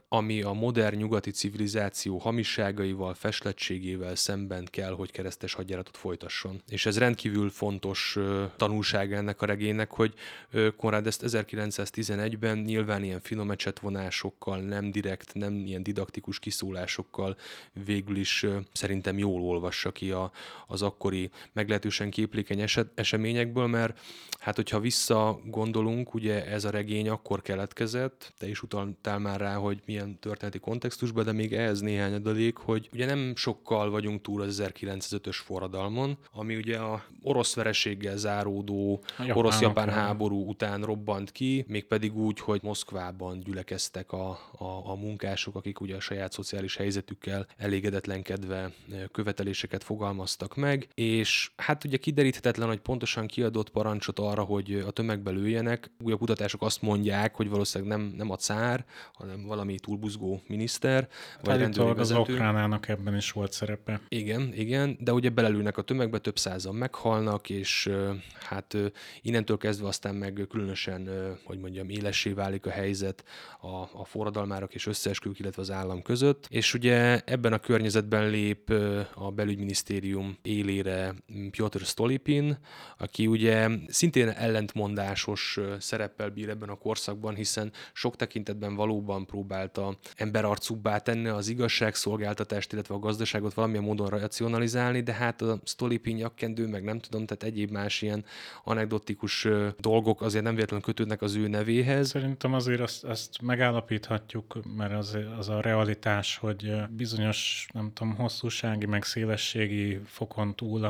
ami a modern nyugati civilizáció hamisságaival, feslettségével szemben kell, hogy keresztes hadjáratot folytasson. És ez rendkívül fontos tanulság ennek a regénynek, hogy Konrád ezt 1911-ben nyilván ilyen finom ecsetvonásokkal, nem direkt, nem ilyen didaktikus kiszólásokkal végül is szerintem jól olvassa ki az akkori meglehetősen képlékeny eseményekből, mert hát hogyha visszagondolunk, ugye ez a regény akkor keletkezett, te is utaltál már rá, hogy milyen történeti kontextusban, de még ehhez néhány adalék, hogy ugye nem sokkal vagyunk túl az 1905-ös forradalmon, ami ugye a orosz vereséggel záródó orosz-japán háború után robbant ki, mégpedig úgy, hogy Moszkvában gyülekeztek a munkások, akik ugye a saját szociális helyzetükkel elégedetlenkedve követeléseket fogalmaztak meg, és hát ugye kideríthetetlen, hogy pontosan kiadott parancsot arra, hogy a tömegbe lőjenek. Ugye a kutatások azt mondják, hogy valószínűleg nem a cár, hanem valami túlbuzgó miniszter, vagy rendőri vezető. Az Okránának ebben is volt szerepe. Igen, de ugye belelőnek a tömegbe, több százan meghalnak, és hát innentől kezdve aztán meg különösen, hogy mondjam, élessé válik a helyzet a forradalmárok és összeesküvők, illetve az állam között. És ugye ebben a környezetben lép a belügyminisztérium élére Pjotr Stolypin, aki ugye szintén ellentmondásos szereppel bír ebben a korszakban, hiszen sok tekintetben valóban próbálta emberarcúbbá tenni az igazságszolgáltatást, illetve a gazdaságot valamilyen módon racionalizálni, de hát a Stolypin nyakkendő, meg nem tudom, tehát egyéb más ilyen anekdotikus dolgok azért nem véletlenül kötődnek az ő nevéhez. Szerintem azért azt megállapíthatjuk, mert az a realitás, hogy bizonyos, nem tudom, hosszúsági, meg szélességi fokon túl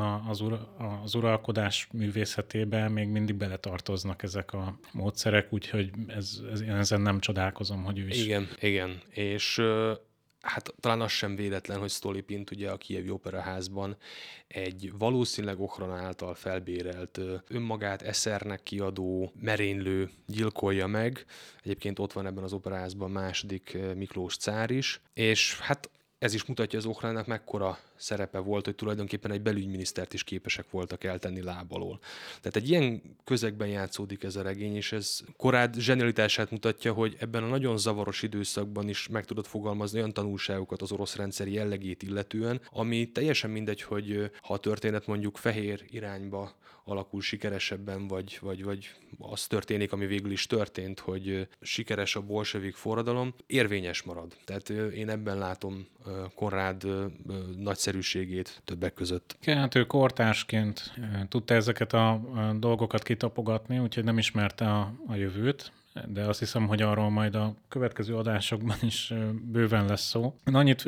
az uralkodás művészetébe még mindig beletartoznak ezek a módszerek, úgyhogy én ezen nem csodálkozom, hogy ő is. Igen. És hát talán az sem véletlen, hogy Stolypint ugye a Kijevi Operaházban egy valószínűleg Okhrana által felbérelt, önmagát eszernek kiadó merénylő gyilkolja meg. Egyébként ott van ebben az operaházban második Miklós cár is, és hát ez is mutatja az Okhrának mekkora szerepe volt, hogy tulajdonképpen egy belügyminisztert is képesek voltak eltenni láb alól. Tehát egy ilyen közegben játszódik ez a regény, és ez Konrád zsenialitását mutatja, hogy ebben a nagyon zavaros időszakban is meg tudott fogalmazni olyan tanulságokat az orosz rendszer jellegét illetően, ami teljesen mindegy, hogy ha a történet mondjuk fehér irányba alakul sikeresebben, vagy az történik, ami végül is történt, hogy sikeres a bolsevik forradalom, érvényes marad. Tehát én ebben látom Konrád nagyszerűségét többek között. Hát ő kortársként tudta ezeket a dolgokat kitapogatni, úgyhogy nem ismerte a jövőt, de azt hiszem, hogy arról majd a következő adásokban is bőven lesz szó. Én annyit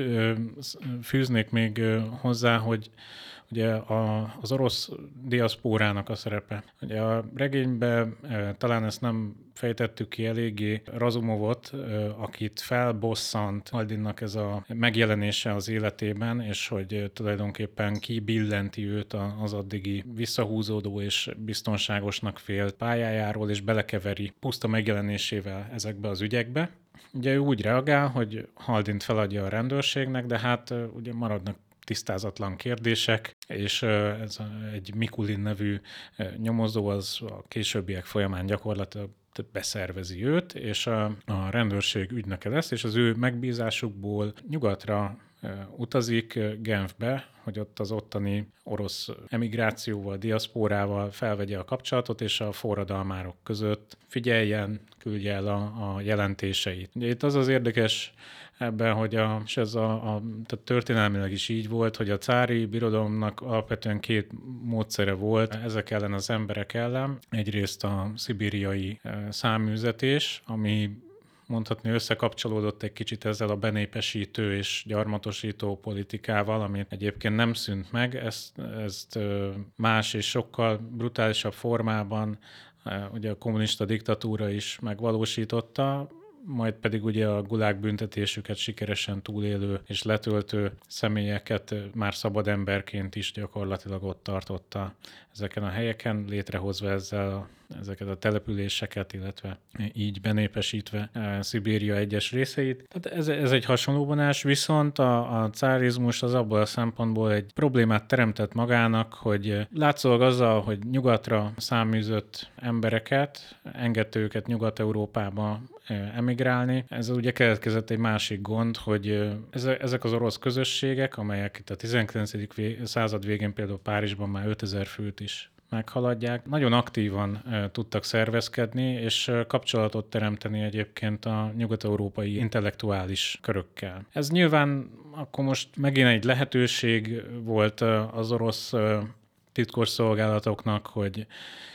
fűznék még hozzá, hogy ugye az orosz diaszpórának a szerepe. Ugye a regényben talán ezt nem fejtettük ki eléggé, Razumovot, akit felbosszant Haldinnak ez a megjelenése az életében, és hogy tulajdonképpen kibillenti őt az addigi visszahúzódó és biztonságosnak félt pályájáról, és belekeveri puszta megjelenésével ezekbe az ügyekbe. Ugye ő úgy reagál, hogy Haldint feladja a rendőrségnek, de hát ugye maradnak tisztázatlan kérdések, és ez egy Mikulin nevű nyomozó az a későbbiek folyamán gyakorlatilag beszervezi őt, és a rendőrség ügynöke lesz, és az ő megbízásukból nyugatra utazik Genfbe, hogy ott az ottani orosz emigrációval, diaszpórával felvegye a kapcsolatot, és a forradalmárok között figyeljen, küldje el a jelentéseit. Ugye itt az érdekes ebben, hogy és ez tehát történelmileg is így volt, hogy a cári birodalomnak alapvetően két módszere volt ezek ellen az emberek ellen. Egyrészt a szibériai száműzetés, ami mondhatni összekapcsolódott egy kicsit ezzel a benépesítő és gyarmatosító politikával, ami egyébként nem szűnt meg. Ezt más és sokkal brutálisabb formában ugye a kommunista diktatúra is megvalósította, majd pedig ugye a gulág büntetésüket sikeresen túlélő és letöltő személyeket már szabad emberként is gyakorlatilag ott tartotta ezeken a helyeken, létrehozva ezzel ezeket a településeket, illetve így benépesítve Szibéria egyes részeit. Tehát ez egy hasonló vonás, viszont a cárizmus az abból a szempontból egy problémát teremtett magának, hogy látszólag azzal, hogy nyugatra száműzött embereket, engedte őket Nyugat-Európába emigrálni. Ez ugye keletkezett egy másik gond, hogy ezek az orosz közösségek, amelyek itt a 19. század végén például Párizsban már 5000 főt is meghaladják, nagyon aktívan tudtak szervezkedni, és kapcsolatot teremteni egyébként a nyugat-európai intellektuális körökkel. Ez nyilván akkor most megint egy lehetőség volt az orosz titkosszolgálatoknak, hogy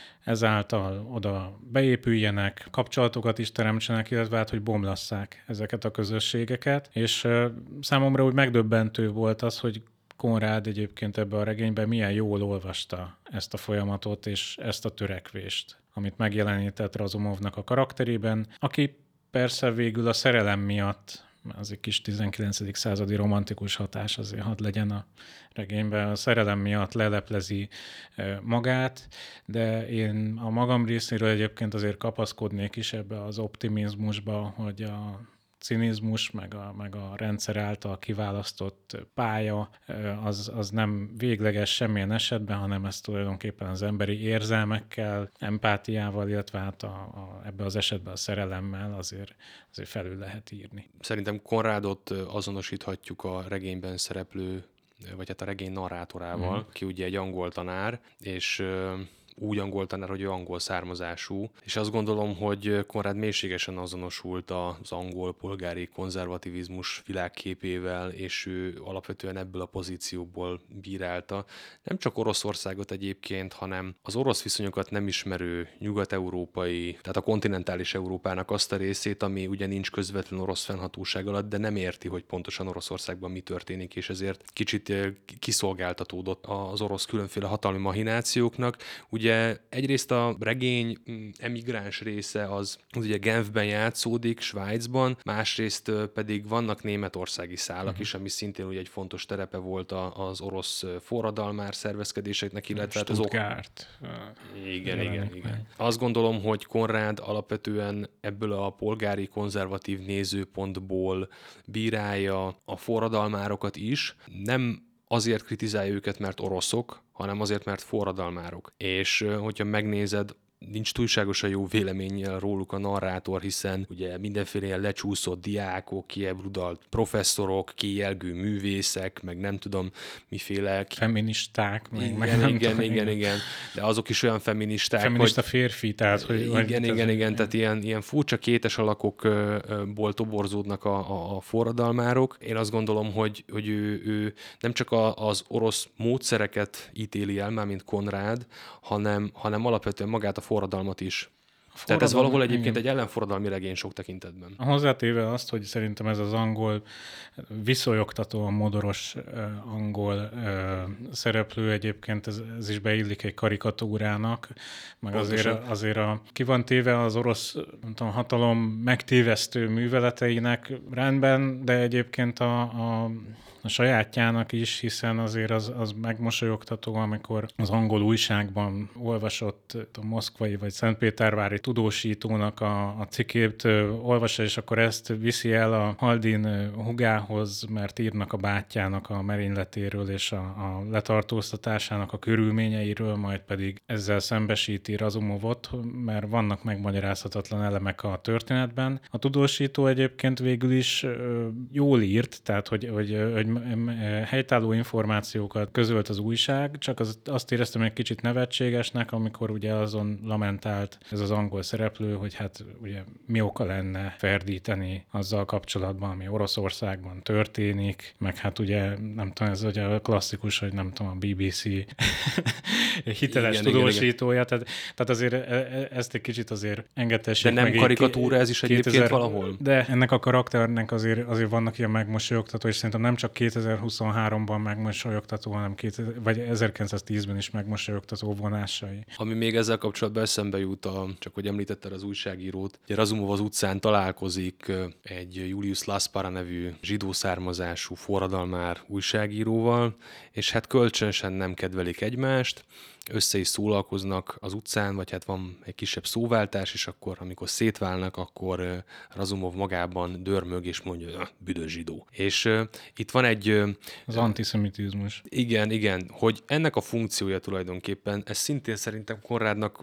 ezáltal oda beépüljenek, kapcsolatokat is teremtsenek, illetve hát, hogy bomlasszák ezeket a közösségeket. És számomra úgy megdöbbentő volt az, hogy Konrád egyébként ebbe a regényben milyen jól olvasta ezt a folyamatot és ezt a törekvést, amit megjelenített Razumovnak a karakterében, aki persze végül a szerelem miatt, az egy kis 19. századi romantikus hatás azért hadd legyen a regényben, a szerelem miatt leleplezi magát, de én a magam részéről egyébként azért kapaszkodnék is ebbe az optimizmusba, hogy a cinizmus, meg a rendszer által kiválasztott pálya, az nem végleges semmilyen esetben, hanem ezt tulajdonképpen az emberi érzelmekkel, empátiával, illetve hát ebbe az esetben a szerelemmel azért felül lehet írni. Szerintem Konrádot azonosíthatjuk a regényben szereplő, vagy hát a regény narrátorával, ki ugye egy angol tanár, és úgy angol tanár, hogy ő angol származású, és azt gondolom, hogy Konrád mélységesen azonosult az angol polgári konzervativizmus világképével, és ő alapvetően ebből a pozícióból bírálta nem csak Oroszországot egyébként, hanem az orosz viszonyokat nem ismerő nyugat-európai, tehát a kontinentális Európának azt a részét, ami ugye nincs közvetlen orosz fennhatóság alatt, de nem érti, hogy pontosan Oroszországban mi történik, és ezért kicsit kiszolgáltatódott az orosz különféle hatalmi mahinációknak. Ugye egyrészt a regény emigráns része az ugye Genfben játszódik, Svájcban, másrészt pedig vannak németországi szálak is, ami szintén ugye egy fontos terepe volt az orosz forradalmár szervezkedéseknek, illetve Stuttgart. Igen. Azt gondolom, hogy Konrád alapvetően ebből a polgári konzervatív nézőpontból bírálja a forradalmárokat is, nem azért kritizálja őket, mert oroszok, hanem azért, mert forradalmárok. És hogyha megnézed, nincs túlságosan jó véleménnyel róluk a narrátor, hiszen ugye mindenféle ilyen lecsúszott diákok, kiebrudalt professzorok, kijelgő művészek, meg nem tudom miféle... Feministák. Igen. De azok is olyan feministák, feminista férfi, tehát... Hogy igen. Tehát ilyen furcsa kétes alakokból toborzódnak a forradalmárok. Én azt gondolom, hogy ő nem csak az orosz módszereket ítéli el, mármint Konrád, hanem alapvetően magát a forradalmat is. Tehát ez valahol egyébként egy ellenforradalmi regény sok tekintetben. Hozzátéve azt, hogy szerintem ez az angol, viszonyogtatóan modoros angol szereplő egyébként, ez is beillik egy karikatúrának, meg azért ki van téve az orosz hatalom megtévesztő műveleteinek rendben, de egyébként a sajátjának is, hiszen azért az megmosolyogtató, amikor az angol újságban olvasott a moszkvai vagy szentpétervári tudósítónak a cikkét olvassa, és akkor ezt viszi el a Haldin hugához, mert írnak a bátyjának a merényletéről és a letartóztatásának a körülményeiről, majd pedig ezzel szembesíti Razumovot, mert vannak megmagyarázhatatlan elemek a történetben. A tudósító egyébként végül is jól írt, tehát hogy helytálló információkat közölt az újság, csak azt éreztem egy kicsit nevetségesnek, amikor ugye azon lamentált ez az angol szereplő, hogy hát ugye mi oka lenne ferdíteni azzal kapcsolatban, ami Oroszországban történik, meg hát ugye nem tudom, ez ugye a klasszikus, hogy nem tudom, a BBC hiteles tudósítója, tehát azért ezt egy kicsit azért engedtessék meg. De nem karikatúra ez is egyébként valahol? De ennek a karakternek azért vannak ilyen megmosolyogtató, és szerintem nem csak 2023-ban megmosolyogtató, hanem vagy 1910-ben is megmosolyogtató vonásai. Ami még ezzel kapcsolatban eszembe jut, csak hogy említetted az újságírót, ugye Razumov az utcán találkozik egy Julius Laspara nevű zsidó származású forradalmár újságíróval, és hát kölcsönösen nem kedvelik egymást, össze is szólalkoznak az utcán, vagy hát van egy kisebb szóváltás, és akkor, amikor szétválnak, akkor Razumov magában dörmög, és mondja, büdös zsidó. És itt van egy... Az antiszemitizmus. Igen, hogy ennek a funkciója tulajdonképpen, ez szintén szerintem Konrádnak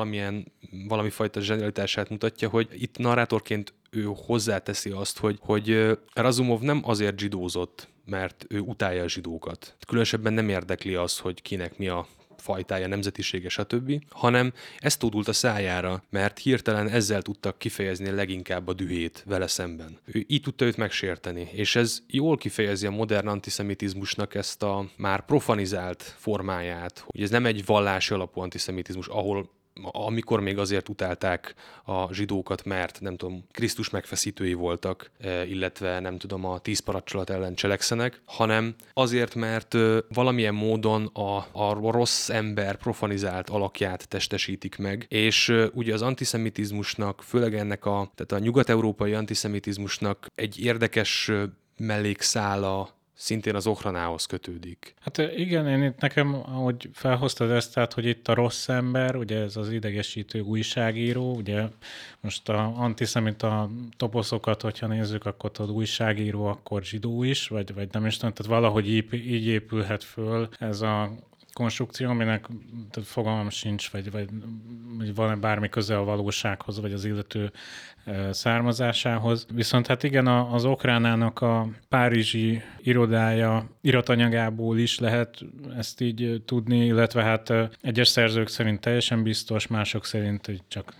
valami fajta zsenialitását mutatja, hogy itt narrátorként ő hozzáteszi azt, hogy Razumov nem azért zsidózott, mert ő utálja a zsidókat. Különösebben nem érdekli az, hogy kinek mi a fajtája, nemzetisége, stb., hanem ez tódult a szájára, mert hirtelen ezzel tudtak kifejezni leginkább a dühét vele szemben. Ő így tudta őt megsérteni, és ez jól kifejezi a modern antiszemitizmusnak ezt a már profanizált formáját, hogy ez nem egy vallási alapú antiszemitizmus, amikor még azért utálták a zsidókat, mert nem tudom, Krisztus megfeszítői voltak, illetve nem tudom, a 10 parancsolat ellen cselekszenek, hanem azért, mert valamilyen módon a rossz ember profanizált alakját testesítik meg, és ugye az antiszemitizmusnak, főleg tehát a nyugat-európai antiszemitizmusnak egy érdekes mellékszála szintén az Ochranához kötődik. Hát igen, én itt nekem, ahogy felhoztad ezt, tehát, hogy itt a rossz ember, ugye ez az idegesítő újságíró, ugye most a antiszemita toposzokat, hogyha nézzük, akkor az újságíró, akkor zsidó is, vagy nem is tudom, tehát valahogy így épülhet föl ez a konstrukció, aminek fogalmam sincs, vagy van-e bármi köze a valósághoz, vagy az illető származásához. Viszont hát igen, az Okránának a párizsi irodája iratanyagából is lehet ezt így tudni, illetve hát egyes szerzők szerint teljesen biztos, mások szerint hogy csak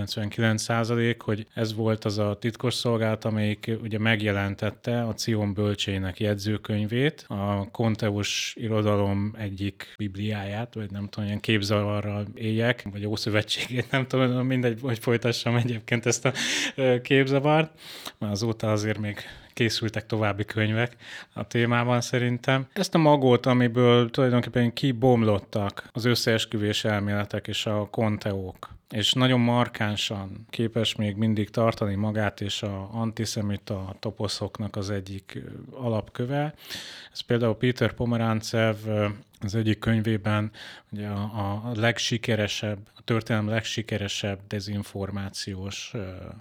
99%, hogy ez volt az a titkosszolgálat, amelyik ugye megjelentette a Cion bölcsének jegyzőkönyvét, a konteus irodalom egyik bibliáját, vagy nem tudom, ilyen képzavarral éljek, vagy Ószövetségét, nem tudom, mindegy, hogy folytassam egyébként ezt a képzavart, mert azóta azért még készültek további könyvek a témában szerintem. Ezt a magot, amiből tulajdonképpen kibomlottak az összeesküvés elméletek és a konteók, és nagyon markánsan képes még mindig tartani magát, és a antiszemita toposzoknak az egyik alapköve. Ez például Péter Pomerantsev az egyik könyvében ugye a legsikeresebb, a történelem legsikeresebb dezinformációs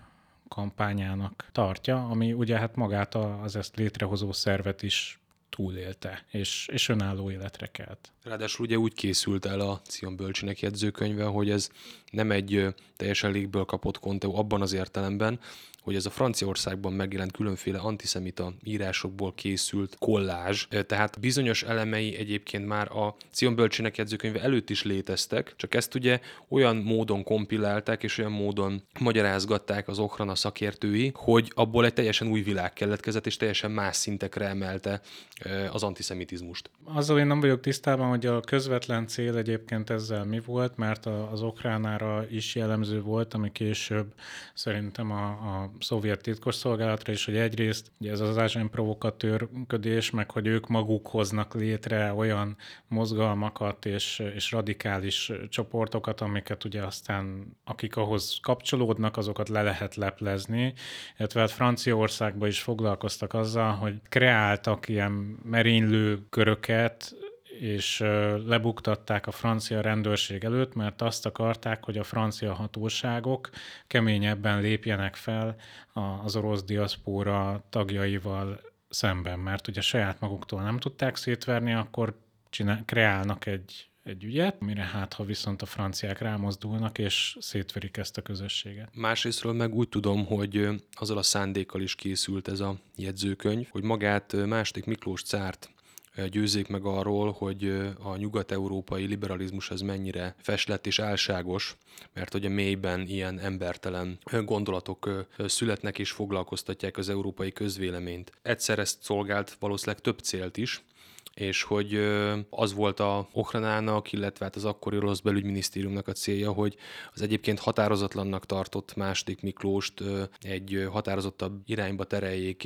kampányának tartja, ami ugye hát magát az ezt létrehozó szervet is túlélte, és önálló életre kelt. Ráadásul ugye úgy készült el a Cion bölcsének jegyzőkönyve, hogy ez nem egy teljesen légből kapott konteó abban az értelemben, hogy ez a Franciaországban megjelent különféle antiszemita írásokból készült kollázs, tehát bizonyos elemei egyébként már a Cion bölcsének jegyzőkönyve előtt is léteztek, csak ezt ugye olyan módon kompilálták és olyan módon magyarázgatták az Ochrana szakértői, hogy abból egy teljesen új világ keletkezett, és teljesen más szintekre emelte az antiszemitizmust. Azzal én nem vagyok tisztában, hogy a közvetlen cél egyébként ezzel mi volt, mert az Ochránára is jellemző volt, ami később szerintem a szovjet titkosszolgálatra is, hogy egyrészt ugye ez az ázsiai provokatőrködés, meg hogy ők maguk hoznak létre olyan mozgalmakat és radikális csoportokat, amiket ugye aztán akik ahhoz kapcsolódnak, azokat le lehet leplezni, illetve hát Franciaországban is foglalkoztak azzal, hogy kreáltak ilyen merénylő köröket, és lebuktatták a francia rendőrség előtt, mert azt akarták, hogy a francia hatóságok keményebben lépjenek fel az orosz diaszpóra tagjaival szemben, mert ugye saját maguktól nem tudták szétverni, akkor kreálnak egy ügyet, amire hát, ha viszont a franciák rámozdulnak, és szétverik ezt a közösséget. Másrésztről meg úgy tudom, hogy azzal a szándékkal is készült ez a jegyzőkönyv, hogy magát II. Miklós cárt győzzék meg arról, hogy a nyugat-európai liberalizmus az mennyire feslett és álságos, mert hogy a mélyben ilyen embertelen gondolatok születnek és foglalkoztatják az európai közvéleményt. Egyszer ezt szolgált valószínűleg több célt is, és hogy az volt a Ochranának, illetve hát az akkori orosz belügyminisztériumnak a célja, hogy az egyébként határozatlannak tartott II. Miklóst egy határozottabb irányba tereljék,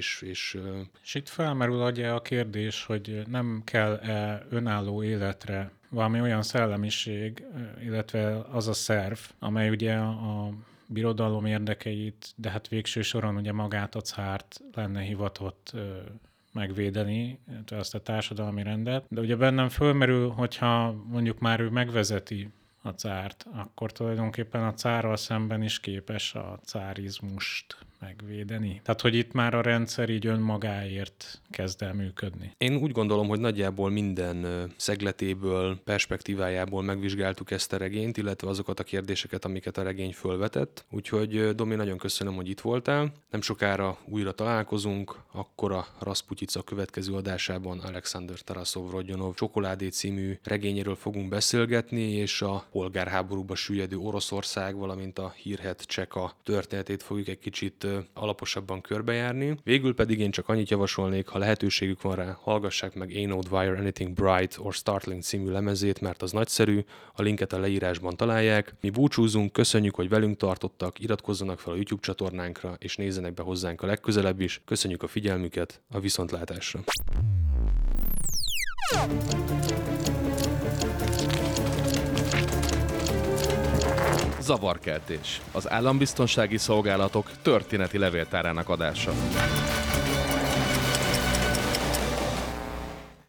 és itt felmerül ugye a kérdés, hogy nem kell-e önálló életre valami olyan szellemiség, illetve az a szerv, amely ugye a birodalom érdekeit, de hát végső soron ugye magát a cárt lenne hivatott megvédeni azt a társadalmi rendet. De ugye bennem fölmerül, hogyha mondjuk már ő megvezeti a cárt, akkor tulajdonképpen a cárral szemben is képes a cárizmust megvédeni. Tehát, hogy itt már a rendszer így önmagáért kezd el működni. Én úgy gondolom, hogy nagyjából minden szegletéből, perspektívájából megvizsgáltuk ezt a regényt, illetve azokat a kérdéseket, amiket a regény fölvetett. Úgyhogy Domi, nagyon köszönöm, hogy itt voltál. Nem sokára újra találkozunk, akkor a Rasputica következő adásában Alexander Tarasov-Rodionov Csokoládé című regényéről fogunk beszélgetni, és a polgárháborúba süllyedő Oroszország, valamint a hírhedt Cseka történetét fogjuk egy kicsit alaposabban körbejárni. Végül pedig én csak annyit javasolnék, ha lehetőségük van rá, hallgassák meg Arnold Wire Anything Bright or Startling című lemezét, mert az nagyszerű, a linket a leírásban találják. Mi búcsúzunk, köszönjük, hogy velünk tartottak, iratkozzanak fel a YouTube csatornánkra, és nézzenek be hozzánk a legközelebb is. Köszönjük a figyelmüket, a viszontlátásra! Zavarkeltés. Az Állambiztonsági Szolgálatok történeti levéltárának adása.